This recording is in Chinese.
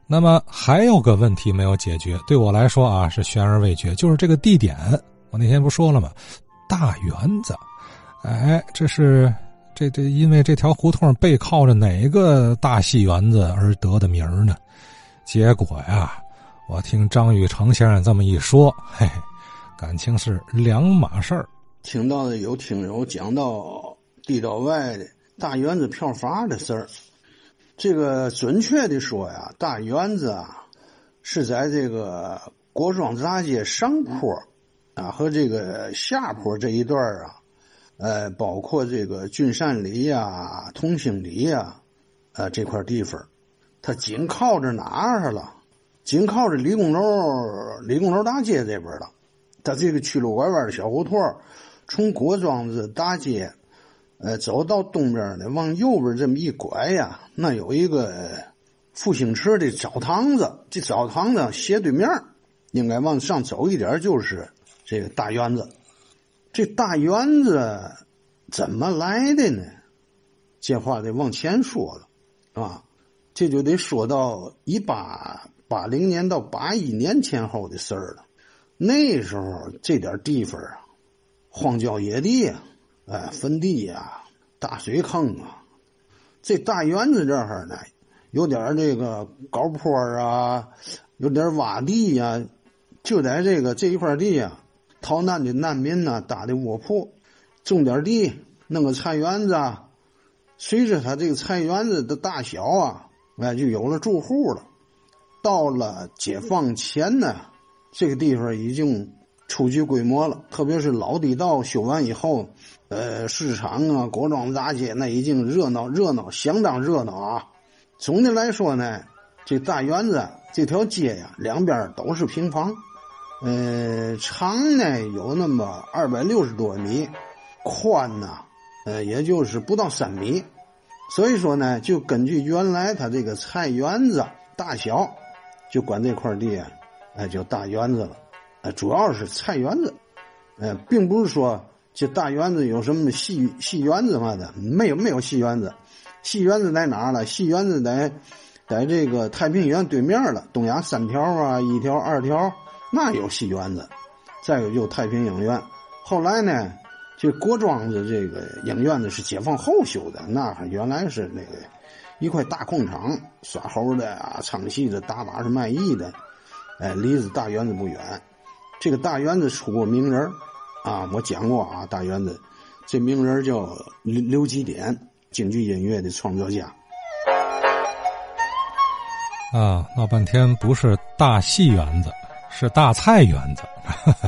那么还有个问题没有解决，对我来说啊是悬而未决，就是这个地点。我那天不说了吗？大园子。哎，这是因为这条胡同背靠着哪个大戏园子而得的名呢？结果呀，我听张雨成先生这么一说，嘿，感情是两码事儿。 听到的有听友讲到地道外的大园子票房的事儿。这个准确的说呀，大园子啊是在这个国庄大街上坡啊和这个下坡这一段啊，包括这个君山里呀、同兴里呀，这块地方，它紧靠着哪儿了？紧靠着理工楼大街这边了。它这个曲路拐弯的小胡同，从国庄子大街走到东边呢，往右边这么一拐呀，那有一个复兴池的澡堂子，这澡堂子斜对面应该往上走一点就是这个大园子。这大园子怎么来的呢？这话得往前说了啊，这就得说到1880年到81年前后的事儿了。那时候这点地方啊，荒郊野地啊，坟地啊，大水坑啊，这大园子这儿呢，有点这个高坡啊，有点洼地呀，就在这一块地啊，逃难的难民啊搭的卧铺，种点地，弄个菜园子啊，随着他这个菜园子的大小啊，就有了住户了。到了解放前呢，这个地方已经初具规模了，特别是老地道修完以后，市场啊、国庄大街那已经热闹，相当热闹啊。总的来说呢，这大园子这条街呀，两边都是平房，长呢有那么260多米，宽呢，也就是不到3米。所以说呢，就根据原来它这个菜园子大小，就管这块地啊，叫大园子了。主要是菜园子，并不是说这大园子有什么戏园子嘛的，没有戏园子。戏园子在哪儿了？戏园子在这个太平园对面了，东亚3条啊，1条、2条，那有戏园子。再有就太平影院。后来呢，这国庄子这个影院子是解放后修的，那原来是那个一块大空场，耍猴的啊，唱戏的，打把式卖艺的，离着大园子不远。这个大园子出过名人啊，我讲过啊，大园子这名人叫刘基典，京剧音乐的创作家。 啊，闹半天不是大戏园子，是大菜园子。